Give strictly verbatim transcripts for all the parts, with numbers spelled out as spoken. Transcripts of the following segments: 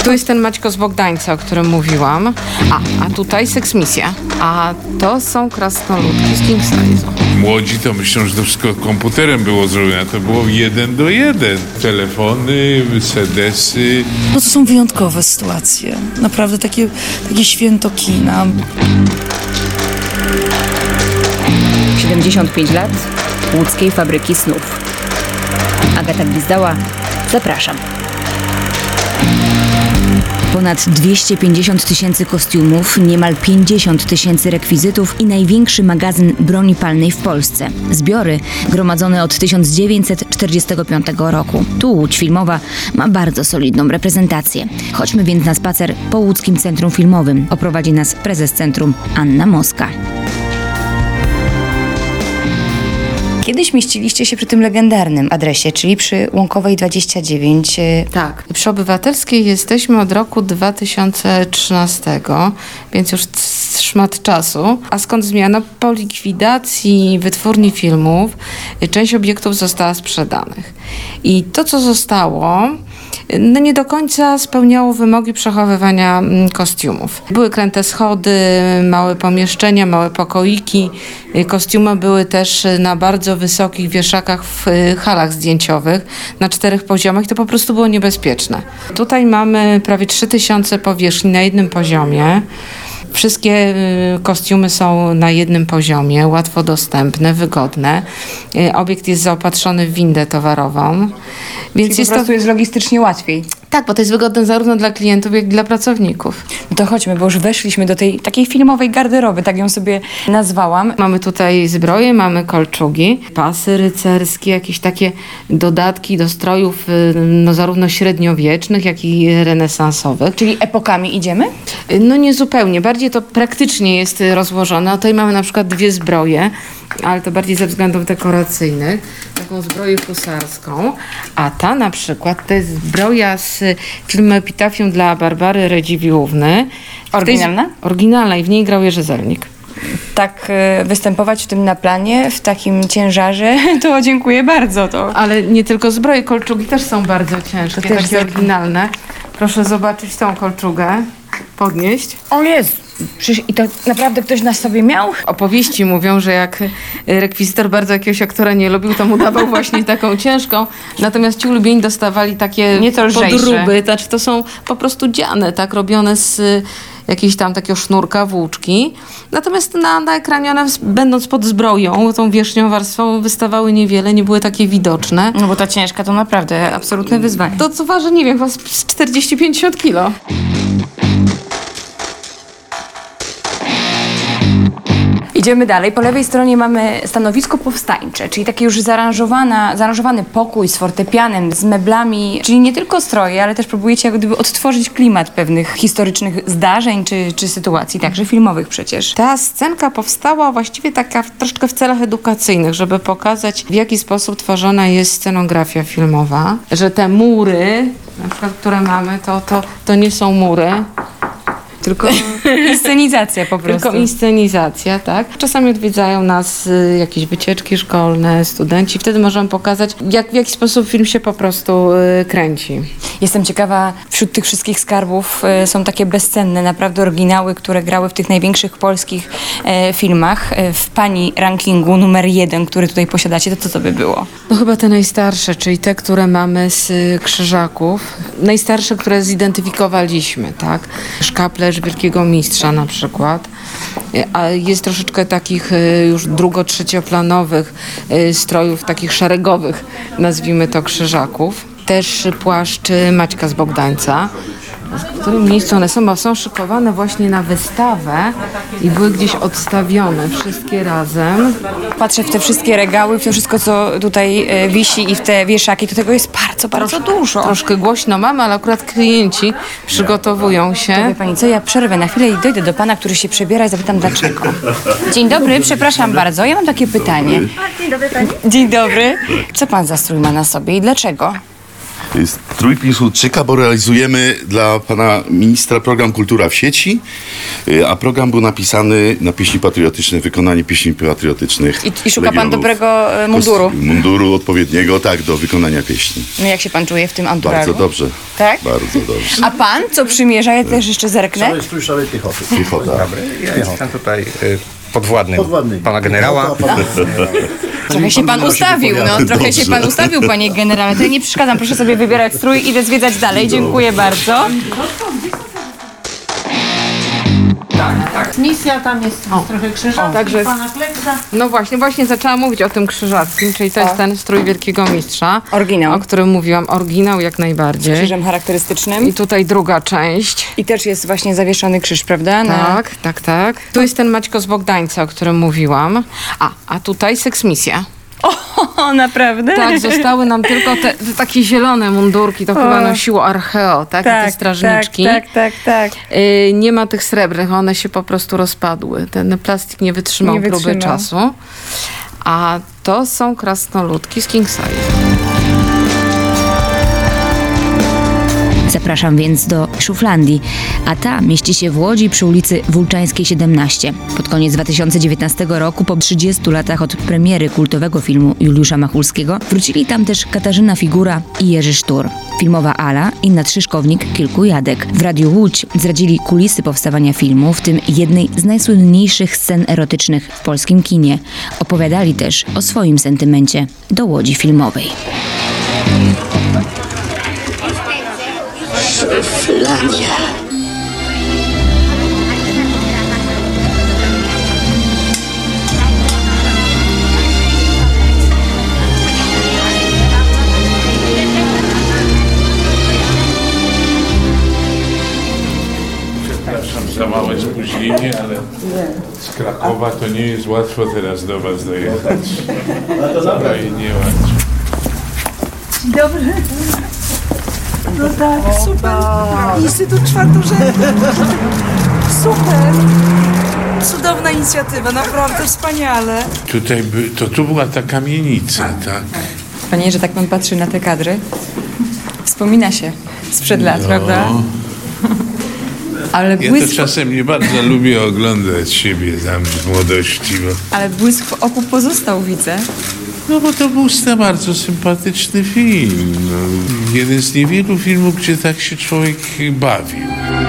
Tu jest ten Maćko z Bogdańca, o którym mówiłam. A, a tutaj seksmisja. A to są krasnoludki z King Size'u. Młodzi to myślą, że to wszystko komputerem było zrobione. To było jeden do jeden. Telefony, sedesy. No to są wyjątkowe sytuacje. Naprawdę takie, takie święto kina. siedemdziesiąt pięć lat łódzkiej fabryki snów. Agata Gwizdała, zapraszam. Ponad dwieście pięćdziesiąt tysięcy kostiumów, niemal pięćdziesiąt tysięcy rekwizytów i największy magazyn broni palnej w Polsce. Zbiory gromadzone od tysiąc dziewięćset czterdziestego piątego roku. Tu Łódź Filmowa ma bardzo solidną reprezentację. Chodźmy więc na spacer po Łódzkim Centrum Filmowym. Oprowadzi nas prezes centrum Anna Moska. Kiedyś mieściliście się przy tym legendarnym adresie, czyli przy Łąkowej dwadzieścia dziewięć. Tak. Przy Obywatelskiej jesteśmy od roku dwa tysiące trzynastego, więc już szmat czasu. A skąd zmiana? Po likwidacji wytwórni filmów część obiektów została sprzedanych. I to, co zostało, no nie do końca spełniało wymogi przechowywania kostiumów. Były kręte schody, małe pomieszczenia, małe pokoiki. Kostiumy były też na bardzo wysokich wieszakach w halach zdjęciowych na czterech poziomach i to po prostu było niebezpieczne. Tutaj mamy prawie trzy tysiące powierzchni na jednym poziomie. Wszystkie kostiumy są na jednym poziomie, łatwo dostępne, wygodne. Obiekt jest zaopatrzony w windę towarową. Więc Czyli jest po prostu to... jest logistycznie łatwiej. Tak, bo to jest wygodne zarówno dla klientów, jak i dla pracowników. No to chodźmy, bo już weszliśmy do tej takiej filmowej garderoby, tak ją sobie nazwałam. Mamy tutaj zbroje, mamy kolczugi, pasy rycerskie, jakieś takie dodatki do strojów no, zarówno średniowiecznych, jak i renesansowych. Czyli epokami idziemy? No nie zupełnie, bardziej to praktycznie jest rozłożone. Tutaj mamy na przykład dwie zbroje, ale to bardziej ze względów dekoracyjnych. Taką zbroję husarską, a ta na przykład to jest zbroja z filmu Epitafium dla Barbary Radziwiłłówny. Oryginalna? Tej, oryginalna i w niej grał Jerzy Zelnik. Tak y, występować w tym na planie, w takim ciężarze, to dziękuję bardzo. To. Ale nie tylko zbroje, kolczugi też są bardzo ciężkie, To też takie jest- oryginalne. Proszę zobaczyć tą kolczugę, podnieść. O Jezu, przecież i to naprawdę ktoś na sobie miał? Opowieści mówią, że jak rekwizytor bardzo jakiegoś aktora nie lubił, to mu dawał właśnie taką ciężką. Natomiast ci ulubieni dostawali takie Nieco lżejsze. podróby. Znaczy to są po prostu dziane, tak, robione z y, jakiejś tam takiego sznurka, włóczki. Natomiast na, na ekranie one, będąc pod zbroją, tą wierzchnią warstwą, wystawały niewiele, nie były takie widoczne. No bo ta ciężka to naprawdę absolutne wyzwanie. To co waży, nie wiem, chyba z czterdzieści do pięćdziesięciu kilo. Idziemy dalej. Po lewej stronie mamy stanowisko powstańcze, czyli taki już zaaranżowana, zaaranżowany pokój z fortepianem, z meblami, czyli nie tylko stroje, ale też próbujecie jak gdyby odtworzyć klimat pewnych historycznych zdarzeń czy, czy sytuacji, także filmowych przecież. Ta scenka powstała właściwie taka w, troszeczkę w celach edukacyjnych, żeby pokazać, w jaki sposób tworzona jest scenografia filmowa. Że te mury, na przykład, które mamy, to, to, to nie są mury, Tylko inscenizacja po prostu. tylko inscenizacja, tak? Czasami odwiedzają nas y, jakieś wycieczki szkolne, studenci. Wtedy możemy pokazać, jak, w jaki sposób film się po prostu y, kręci. Jestem ciekawa, wśród tych wszystkich skarbów e, są takie bezcenne, naprawdę oryginały, które grały w tych największych polskich e, filmach. E, w pani rankingu numer jeden, który tutaj posiadacie, to co to by było? No chyba te najstarsze, czyli te, które mamy z y, krzyżaków. Najstarsze, które zidentyfikowaliśmy, tak? Szkaplerz Wielkiego Mistrza na przykład. Y, A jest troszeczkę takich y, już drugo-trzecioplanowych y, strojów, takich szeregowych, nazwijmy to krzyżaków. Też płaszcz Maćka z Bogdańca. W którym miejscu one są, bo są szykowane właśnie na wystawę i były gdzieś odstawione wszystkie razem. Patrzę w te wszystkie regały, w to wszystko, co tutaj e, wisi i w te wieszaki, to tego jest bardzo, bardzo dużo. Troszkę głośno mamy, ale akurat klienci przygotowują Wie się. pani co, ja przerwę na chwilę i dojdę do pana, który się przebiera i zapytam dlaczego. Dzień dobry, przepraszam bardzo, ja mam takie pytanie. Dzień dobry pani. Dzień dobry. Co pan za strój ma na sobie i dlaczego? Strój Piłsudczyka, bo realizujemy dla pana ministra program Kultura w sieci, a program był napisany na pieśni patriotyczne, wykonanie pieśni patriotycznych. I, i szuka pan Legionów. dobrego e, munduru. Kost- Munduru odpowiedniego, tak, do wykonania pieśni. No jak się pan czuje w tym anturażu? Bardzo dobrze. Tak? Bardzo dobrze. A pan co przymierza? Ja też jeszcze zerknę. Cały strój szalej piechoty. Piechota. Ja jestem tutaj y, podwładnym, Podwładny. pana generała. Trochę się pan ustawił, no. Trochę się pan ustawił, panie generale. To ja nie przeszkadzam, proszę sobie wybierać strój, idę zwiedzać dalej. Dziękuję bardzo. Misja tam jest trochę krzyżowca, także- pana Kleksa. No właśnie, właśnie zaczęłam mówić o tym krzyżackim, czyli to jest ten strój wielkiego mistrza. Oryginał. O którym mówiłam, oryginał jak najbardziej. Krzyżem charakterystycznym. I tutaj druga część. I też jest właśnie zawieszony krzyż, prawda? Na... Tak, tak, tak. Tu jest ten Maćko z Bogdańca, o którym mówiłam. A, a tutaj seksmisja. O, naprawdę? Tak, zostały nam tylko te, te takie zielone mundurki, to chyba nosiło Archeo, tak? I te strażniczki. tak, tak, tak, tak. Y, nie ma tych srebrnych, one się po prostu rozpadły. Ten plastik nie wytrzymał, Nie próby wytrzymał. czasu. A to są krasnoludki z King Size. Zapraszam więc do Szuflandii, a ta mieści się w Łodzi przy ulicy Wólczańskiej siedemnaście. Pod koniec dwa tysiące dziewiętnastego roku, po trzydziestu latach od premiery kultowego filmu Juliusza Machulskiego, wrócili tam też Katarzyna Figura i Jerzy Sztur. Filmowa Ala i nadszyszkownik Kilku Jadek. W Radiu Łódź zdradzili kulisy powstawania filmu, w tym jednej z najsłynniejszych scen erotycznych w polskim kinie. Opowiadali też o swoim sentymencie do Łodzi filmowej. Przepraszam za małe spóźnienie, ale z Krakowa to nie jest łatwo teraz do was dojechać. No i nie łatwo. Dobry. No tak, super. Instytut Czwartorzędny. Super. Cudowna inicjatywa, naprawdę wspaniale. Tutaj by, to tu była ta kamienica, tak? Panie, że tak pan patrzy na te kadry, wspomina się sprzed lat, prawda? Ale Ja to błysk, czasem nie bardzo lubię oglądać siebie tam w młodości, bo, ale błysk w oku pozostał, widzę. no bo to był sta- bardzo sympatyczny film. No, jeden z niewielu filmów, gdzie tak się człowiek bawił.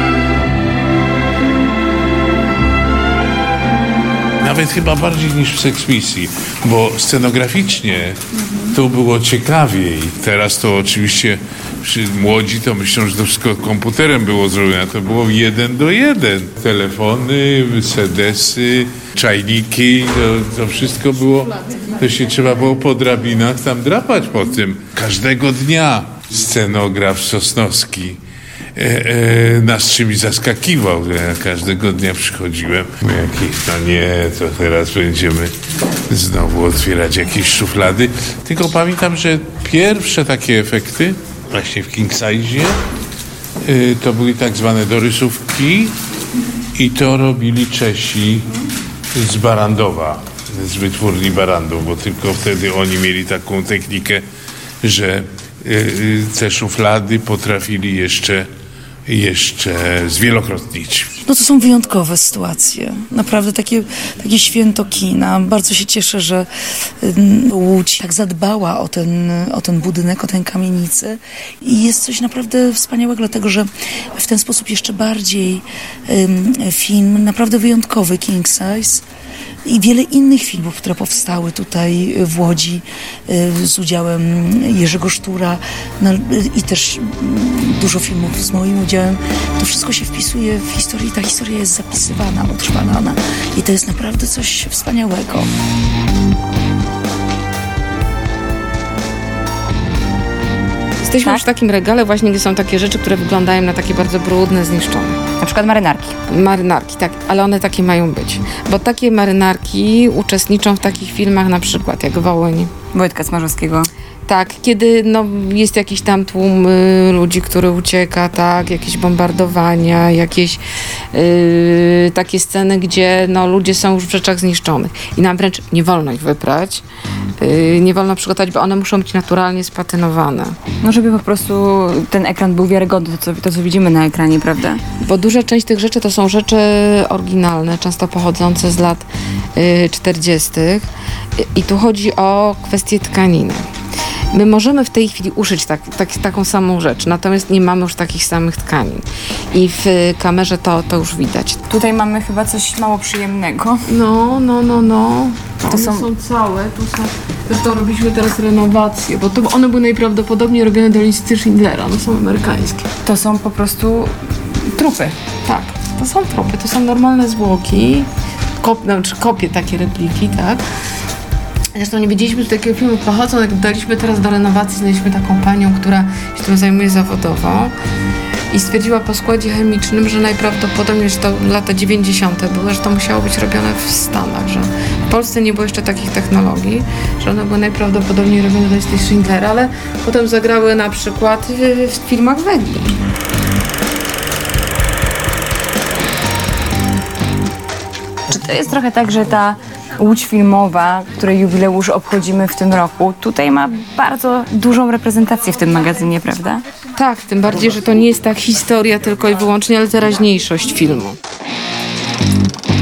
Nawet chyba bardziej niż w Seksmisji, bo scenograficznie to było ciekawiej. Teraz to oczywiście przy młodzi to myślą, że to wszystko komputerem było zrobione. To było jeden do jeden. Telefony, sedesy, czajniki, to, to wszystko było, to się trzeba było po drabinach tam drapać po tym. Każdego dnia scenograf Sosnowski E, e, nas czymś zaskakiwał. Ja każdego dnia przychodziłem. Jakieś, no nie, to teraz będziemy znowu otwierać jakieś szuflady. Tylko pamiętam, że pierwsze takie efekty właśnie w King Size e, to były tak zwane dorysówki i to robili Czesi z Barandowa, z wytwórni Barandów, bo tylko wtedy oni mieli taką technikę, że e, e, te szuflady potrafili jeszcze jeszcze zwielokrotnić. No to są wyjątkowe sytuacje. Naprawdę takie, takie święto kina. Bardzo się cieszę, że ym, Łódź tak zadbała o ten, o ten budynek, o tę kamienicę. I jest coś naprawdę wspaniałego, dlatego że w ten sposób jeszcze bardziej ym, film naprawdę wyjątkowy, King Size, i wiele innych filmów, które powstały tutaj w Łodzi y, z udziałem Jerzego Sztura, no, y, i też y, dużo filmów z moim udziałem. To wszystko się wpisuje w historię i ta historia jest zapisywana, utrwalana i to jest naprawdę coś wspaniałego. Jesteśmy Tak? już w takim regale właśnie, gdzie są takie rzeczy, które wyglądają na takie bardzo brudne, zniszczone. Na przykład marynarki. Marynarki, tak, ale one takie mają być. Bo takie marynarki uczestniczą w takich filmach na przykład jak Wołyń, Wojtka Smarzowskiego. Tak, kiedy no, jest jakiś tam tłum y, ludzi, który ucieka, tak, jakieś bombardowania, jakieś y, takie sceny, gdzie no, ludzie są już w rzeczach zniszczonych i nam wręcz nie wolno ich wybrać, y, nie wolno przygotować, bo one muszą być naturalnie spatynowane. No żeby po prostu ten ekran był wiarygodny, to co, to co widzimy na ekranie, prawda? Bo duża część tych rzeczy to są rzeczy oryginalne, często pochodzące z lat y, czterdziestych. I tu chodzi o kwestię tkaniny. My możemy w tej chwili uszyć tak, tak, taką samą rzecz, natomiast nie mamy już takich samych tkanin. I w kamerze to, to już widać. Tutaj mamy chyba coś mało przyjemnego. No, no, no, no. To One są- są całe, tu są... Zresztą robiliśmy teraz renowację, bo to one były najprawdopodobniej robione do listy Schindlera, no są amerykańskie. To są po prostu trupy. Tak, to są tropy, to są normalne zwłoki, kop, znaczy kopie takie repliki, tak. Zresztą nie wiedzieliśmy, że takiego filmu pochodzą, jak daliśmy teraz do renowacji, znaleźliśmy taką panią, która się tym zajmuje zawodowo i stwierdziła po składzie chemicznym, że najprawdopodobniej, że to lata dziewięćdziesiąte były, że to musiało być robione w Stanach, że w Polsce nie było jeszcze takich technologii, że one były najprawdopodobniej robione do listy Schindlera, ale potem zagrały na przykład w, w filmach Wegi. Czy to jest trochę tak, że ta Łódź Filmowa, której jubileusz obchodzimy w tym roku, tutaj ma bardzo dużą reprezentację w tym magazynie, prawda? Tak, tym bardziej, że to nie jest tak historia tylko i wyłącznie, ale teraźniejszość filmu.